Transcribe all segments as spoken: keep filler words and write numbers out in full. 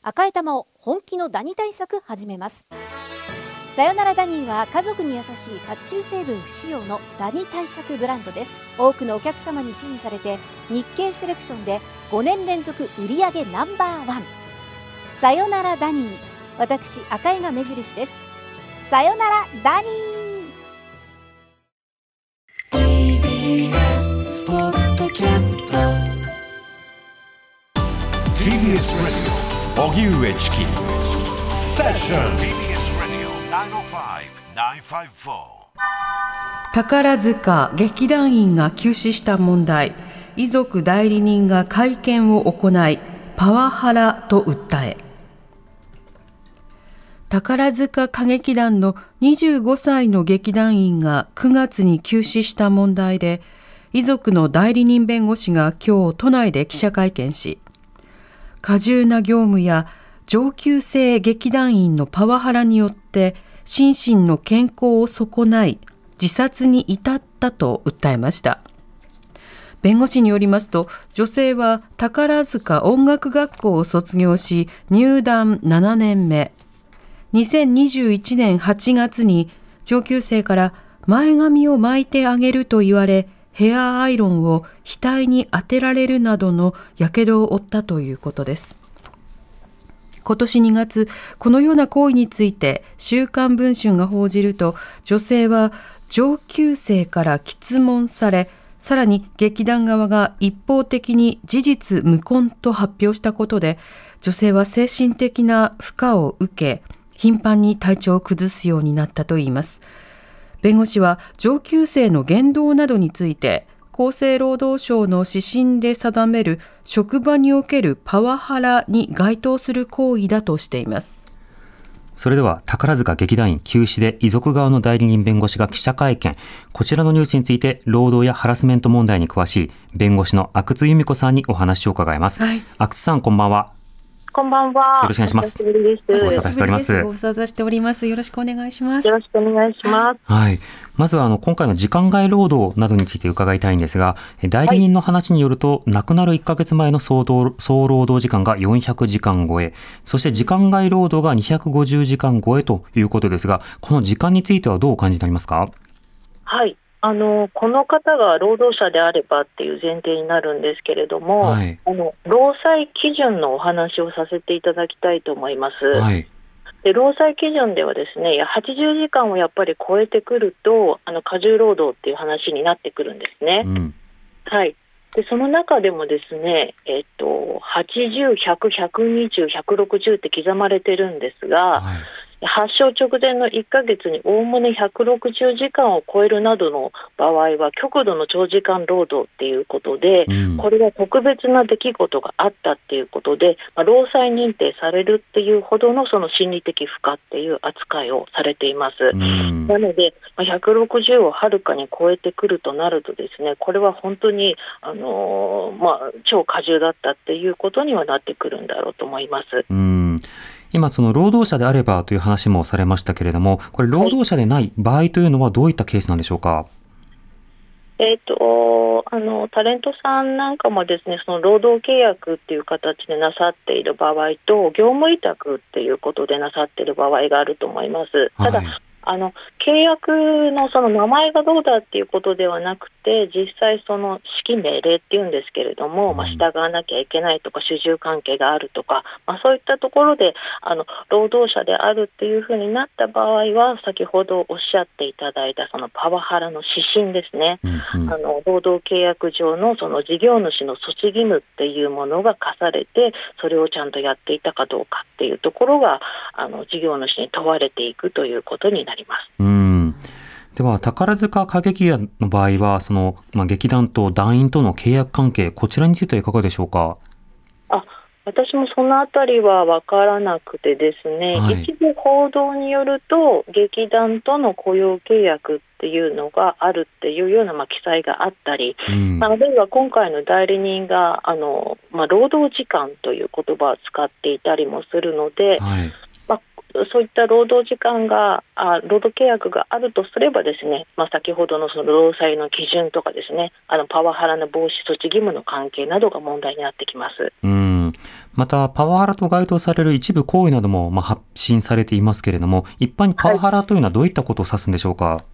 赤い玉を本気のダニ対策始めます。さよならダニーは家族に優しい殺虫成分不使用のダニ対策ブランドです。多くのお客様に支持されて日経セレクションでごねん連続売上ナンバーワン。さよならダニー、私赤井が目印です。さよならダニー。 ティービーエス ポッドキャストティービーエス ラジオ荻上チキセッション ティービーエス ラジオきゅうまるご きゅうごよん。 宝塚劇団員が急死した問題、遺族代理人が会見を行いパワハラと訴え、宝塚歌劇団のにじゅうごさいの劇団員がくがつに急死した問題で、遺族の代理人弁護士が今日都内で記者会見し、過重な業務や上級生劇団員のパワハラによって心身の健康を損ない自殺に至ったと訴えました。弁護士によりますと、女性は宝塚音楽学校を卒業し入団ななねんめ、にせんにじゅういちねんはちがつに上級生から前髪を巻いてあげると言われ、ヘアアイロンを額に当てられるなどのやけどを負ったということです。今年にがつ、このような行為について週刊文春が報じると、女性は上級生から詰問され、さらに劇団側が一方的に事実無根と発表したことで、女性は精神的な負荷を受け、頻繁に体調を崩すようになったといいます。弁護士は上級生の言動などについて、厚生労働省の指針で定める職場におけるパワハラに該当する行為だとしています。 それでは宝塚劇団員急死で遺族側の代理人弁護士が記者会見、こちらのニュースについて労働やハラスメント問題に詳しい弁護士の阿久津由美子さんにお話を伺います。はい、阿久津さん、こんばんは。 こんばんは。 よろしくお願いします。ご無沙汰しております。 ご無沙汰しております。よろしくお願いします。 よろしくお願いします。 はい。まずはあの今回の時間外労働などについて伺いたいんですが、代理人の話によると、はい、亡くなるいっかげつまえの総労総労働時間がよんひゃくじかん超え、そして時間外労働がにひゃくごじゅうじかん超えということですが、この時間についてはどうお感じになりますか？ はい。あのこの方が労働者であればっていう前提になるんですけれども、はい、あの労災基準のお話をさせていただきたいと思います。はい、で労災基準ではですね、はちじゅうじかんをやっぱり超えてくるとあの過重労働っていう話になってくるんですね。うん、はい。でその中でもですね、えっと、はちじゅう、ひゃく、ひゃくにじゅう、ひゃくろくじゅうって刻まれてるんですが、はい、発症直前のいっかげつにおおむねひゃくろくじゅうじかんを超えるなどの場合は極度の長時間労働っていうことで、うん、これは特別な出来事があったっていうことで、まあ、労災認定されるっていうほどのその心理的負荷っていう扱いをされています。うん、なので、まあ、ひゃくろくじゅうをはるかに超えてくるとなるとですね、これは本当に、あのーまあ、超過重だったっていうことにはなってくるんだろうと思います。 うん、今その労働者であればという話もされましたけれども、これ労働者でない場合というのはどういったケースなんでしょうか？ えーと、あのタレントさんなんかもですね、その労働契約っていう形でなさっている場合と業務委託っていうことでなさっている場合があると思います。ただ、はい、あの契約のその名前がどうだっていうことではなくて、実際その指揮命令っていうんですけれども、うん、まあ、従わなきゃいけないとか主従関係があるとか、まあ、そういったところであの労働者であるっていうふうになった場合は、先ほどおっしゃっていただいたそのパワハラの指針ですね、うんうん、あの労働契約上のその事業主の措置義務っていうものが課されて、それをちゃんとやっていたかどうかっていうところがあの事業主に問われていくということになります。 うん、では宝塚歌劇団の場合はその、まあ、劇団と団員との契約関係、こちらについてはいかがでしょうか？ あ、私もそのあたりは分からなくてですね、はい、一部報道によると劇団との雇用契約っていうのがあるっていうような、まあ、記載があったり、うん、あるいは今回の代理人があの、まあ、労働時間という言葉を使っていたりもするので、はい、まあ、 そういった労働時間があ労働契約があるとすればですね、まあ、先ほどのその労災の基準とかですね、あのパワハラの防止措置義務の関係などが問題になってきます。 うん、またパワハラと該当される一部行為などもまあ発信されていますけれども、一般にパワハラというのはどういったことを指すんでしょうか。はい、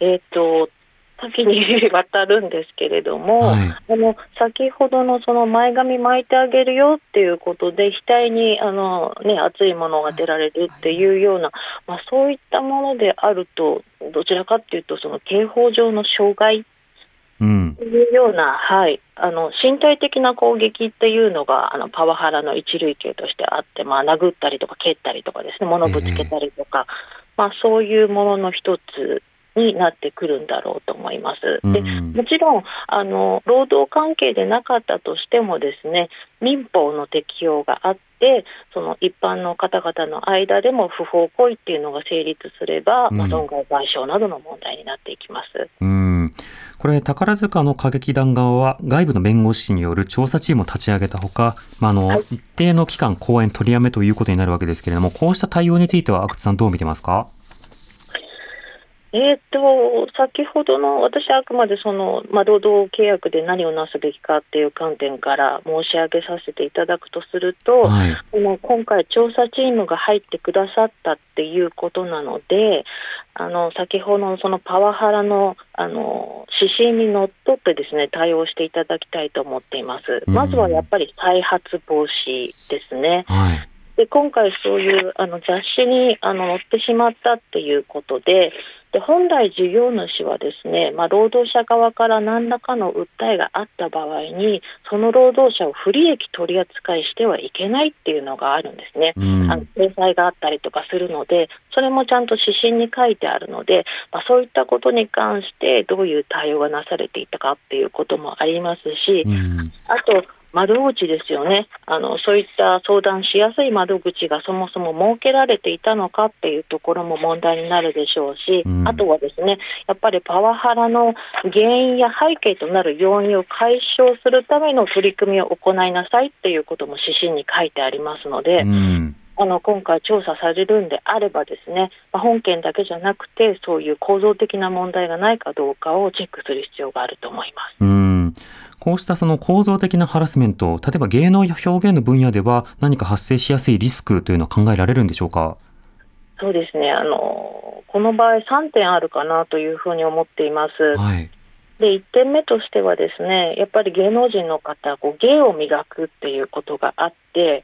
えーと多岐にわたるんですけれども、はい、あの先ほどのその前髪巻いてあげるよっていうことで額にあの、ね、熱いものが出られるっていうような、まあ、そういったものであるとどちらかというとその刑法上の傷害というような、うんはい、あの身体的な攻撃っていうのがあのパワハラの一類型としてあって、まあ、殴ったりとか蹴ったりとかですね、物ぶつけたりとか、えーまあ、そういうものの一つになってくるんだろうと思います。でもちろんあの労働関係でなかったとしてもですね、民法の適用があってその一般の方々の間でも不法行為っていうのが成立すれば、まあ、損害賠償などの問題になっていきます。 うんこれ宝塚の歌劇団側は外部の弁護士による調査チームを立ち上げたほか、まあ、あの、はい、一定の期間公演取りやめということになるわけですけれども、こうした対応については阿久津さんどう見てますか。 えー、と先ほどの私はあくまでその、まあ、労働契約で何をなすべきかっていう観点から申し上げさせていただくとすると、はい、もう今回調査チームが入ってくださったっていうことなので、あの先ほどのそのパワハラの、あの指針にのっとってですね対応していただきたいと思っています。まずはやっぱり再発防止ですね。はいで今回そういうあの雑誌にあの載ってしまったっていうことで、で本来事業主はですね、まあ、労働者側から何らかの訴えがあった場合にその労働者を不利益取り扱いしてはいけないっていうのがあるんですね。うん、あの制裁があったりとかするので、それもちゃんと指針に書いてあるので、まあ、そういったことに関してどういう対応がなされていたかっていうこともありますし、うん、あと窓口ですよね。あのそういった相談しやすい窓口がそもそも設けられていたのかっていうところも問題になるでしょうし、うん、あとはですね、やっぱりパワハラの原因や背景となる要因を解消するための取り組みを行いなさいっていうことも指針に書いてありますので、うんあの今回調査されるんであればですね、まあ、本件だけじゃなくてそういう構造的な問題がないかどうかをチェックする必要があると思います。 うんこうしたその構造的なハラスメント、例えば芸能や表現の分野では何か発生しやすいリスクというのは考えられるんでしょうか。 そうですね、あのこの場合さんてんあるかなというふうに思っています。はいでいってんめとしてはですね、やっぱり芸能人の方こう芸を磨くっていうことがあって、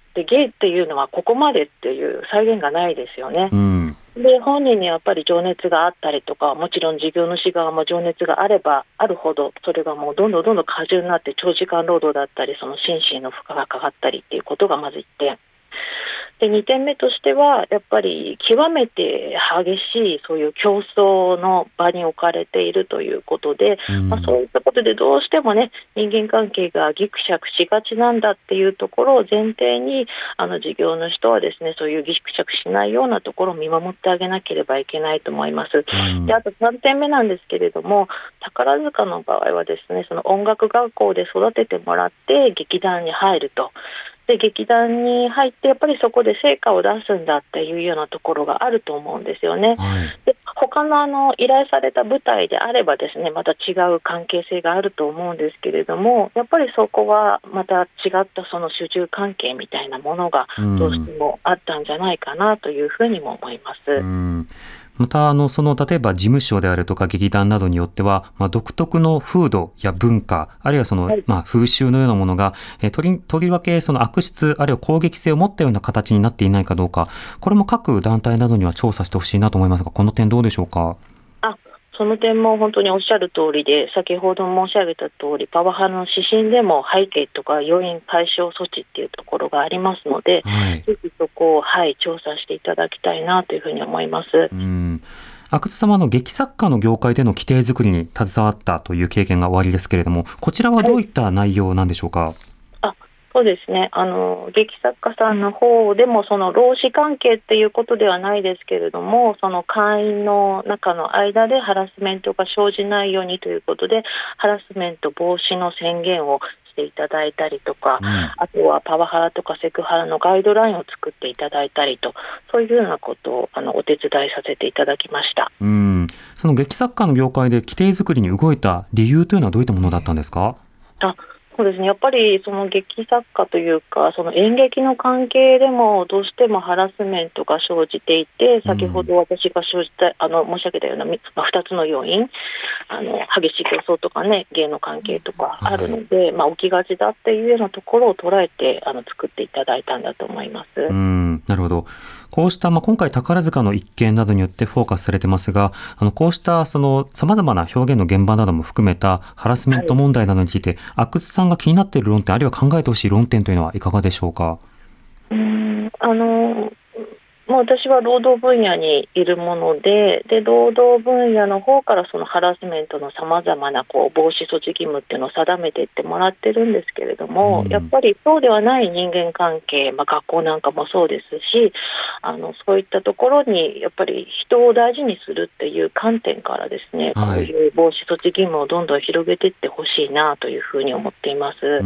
で芸っていうのはここまでっていう再現がないですよね。うんで本人にやっぱり情熱があったりとか、もちろん事業主側も情熱があればあるほどそれがもうどんどんどんどん過重になって長時間労働だったりその心身の負荷がかかったりっていうことがまずいってんでにてんめとしてはやっぱり極めて激しいそういう競争の場に置かれているということで、うんまあ、そういったことでどうしてもね人間関係がギクシャクしがちなんだっていうところを前提にあの事業主とはですねそういうギクシャクしないようなところを見守ってあげなければいけないと思います。うん、であとさんてんめなんですけれども、宝塚の場合はですねその音楽学校で育ててもらって劇団に入ると。で劇団に入ってやっぱりそこで成果を出すんだっていうようなところがあると思うんですよね。はい、で他のあの依頼された舞台であればですねまた違う関係性があると思うんですけれども、やっぱりそこはまた違ったその主従関係みたいなものがどうしてもあったんじゃないかなというふうにも思います。 うんまたあのその例えば事務所であるとか劇団などによっては、まあ、独特の風土や文化あるいはその、はいまあ、風習のようなものが、えー、とり、とりわけその悪質あるいは攻撃性を持ったような形になっていないかどうか、これも各団体などには調査してほしいなと思いますが、この点どうでしょうか。 あその点も本当におっしゃる通りで、先ほど申し上げた通りパワハラの指針でも背景とか要因解消措置っていうところがありますので、はい、ぜひそこを、はい、調査していただきたいなというふうに思います。 うん阿久津様の劇作家の業界での規定作りに携わったという経験がおありですけれども、こちらはどういった内容なんでしょうか。 はい、あそうですね、あの劇作家さんの方でもその労使関係っていうことではないですけれども、その会員の中の間でハラスメントが生じないようにということで、ハラスメント防止の宣言をしていただいたりとか、うん、あとはパワハラとかセクハラのガイドラインを作っていただいたりと、そういうようなことをあのお手伝いさせていただきました。 うん、その劇作家の業界で規定作りに動いた理由というのはどういったものだったんですか？ あそうですね、やっぱりその劇作家というか、その演劇の関係でもどうしてもハラスメントが生じていて、先ほど私が生じた、あの申し上げたようなふたつの要因、あの激しい競争とかね、芸の関係とかあるので、はい、まあ、起きがちだっていうようなところを捉えてあの作っていただいたんだと思います。 うん、なるほど。こうした、まあ、今回宝塚の一件などによってフォーカスされてますが、あのこうしたその様々な表現の現場なども含めたハラスメント問題などについて、はい、阿久津さんが気になっている論点、あるいは考えてほしい論点というのはいかがでしょうか？ うーんあのもう私は労働分野にいるもので、で労働分野の方からそのハラスメントのさまざまなこう防止措置義務っていうのを定めていってもらってるんですけれども、うん、やっぱりそうではない人間関係、まあ、学校なんかもそうですし、あのそういったところにやっぱり人を大事にするっていう観点からですね、はい、こういう防止措置義務をどんどん広げていってほしいなというふうに思っています。 うん、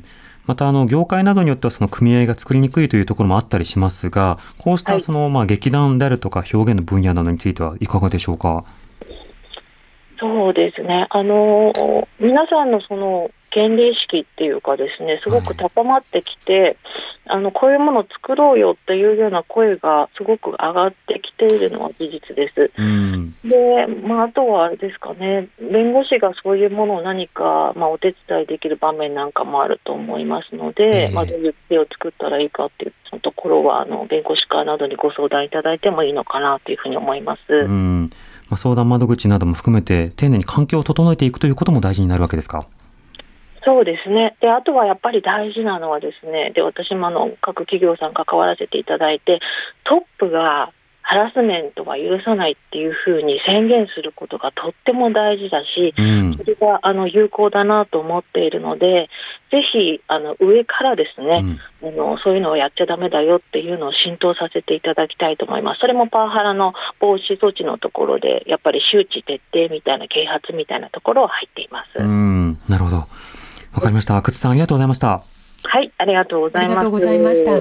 またあの業界などによってはその組合が作りにくいというところもあったりしますが、こうしたその、はい、まあ、劇団であるとか表現の分野などについてはいかがでしょうか？ そうですね、あの皆さんのその権利意識っていうかですね、すごく高まってきて、はい、あのこういうものを作ろうよっていうような声がすごく上がってきているのは事実です。うん、で、まあ、あとはあれですかね、弁護士がそういうものを何か、まあ、お手伝いできる場面なんかもあると思いますので、えーまあ、どういう手を作ったらいいかっていうそのところはあの弁護士課などにご相談いただいてもいいのかなというふうに思います。うん、 まあ、相談窓口なども含めて丁寧に環境を整えていくということも大事になるわけですか？ そうですね。で、あとはやっぱり大事なのはですね、で、私もあの各企業さん関わらせていただいて、トップがハラスメントは許さないっていうふうに宣言することがとっても大事だし、うん、それがあの有効だなと思っているので、ぜひあの上からですね、うん、あのそういうのをやっちゃダメだよっていうのを浸透させていただきたいと思います。それもパワハラの防止措置のところで、やっぱり周知徹底みたいな、啓発みたいなところは入っています。 うん、なるほど。わかりました。阿久津さん、ありがとうございました。 はい、ありがとうございます。 ありがとうございました。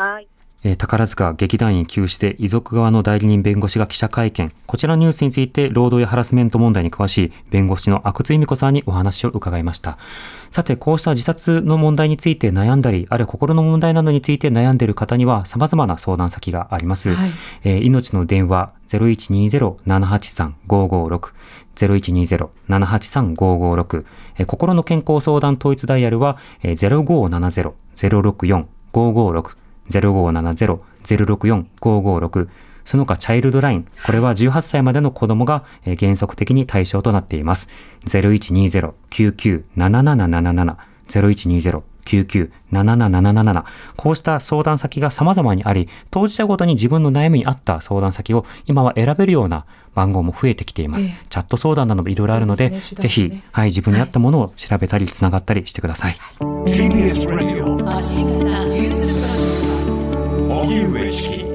はい。 えー、宝塚劇団員休止で遺族側の代理人弁護士が記者会見。こちらのニュースについて労働やハラスメント問題に詳しい弁護士の阿久津由美子さんにお話を伺いました。さて、こうした自殺の問題について悩んだり、あるいは心の問題などについて悩んでいる方には様々な相談先があります。はい、えー、命の電話 ゼロいちにゼロ ななはちさん ごーごーろく ゼロいちにゼロ ななはちさん ごーごーろく、えー、心の健康相談統一ダイヤルは、えー、ゼロごーななゼロ ゼロろくよん ごーごーろく ゼロごーななゼロ ゼロろくよん ごーごーろく、その他チャイルドライン、これはじゅうはっさいまでの子供が原則的に対象となっています。ゼロいちにゼロ きゅうきゅう ななななななな ゼロいちにゼロ きゅうきゅう なななななな、こうした相談先が様々にあり、当事者ごとに自分の悩みに合った相談先を今は選べるような番号も増えてきています。ええ、チャット相談などもいろいろあるので、でね、ぜひ、ね、はい、自分に合ったものを調べたりつながったりしてください。 ティービーエス Radio 荻上チキ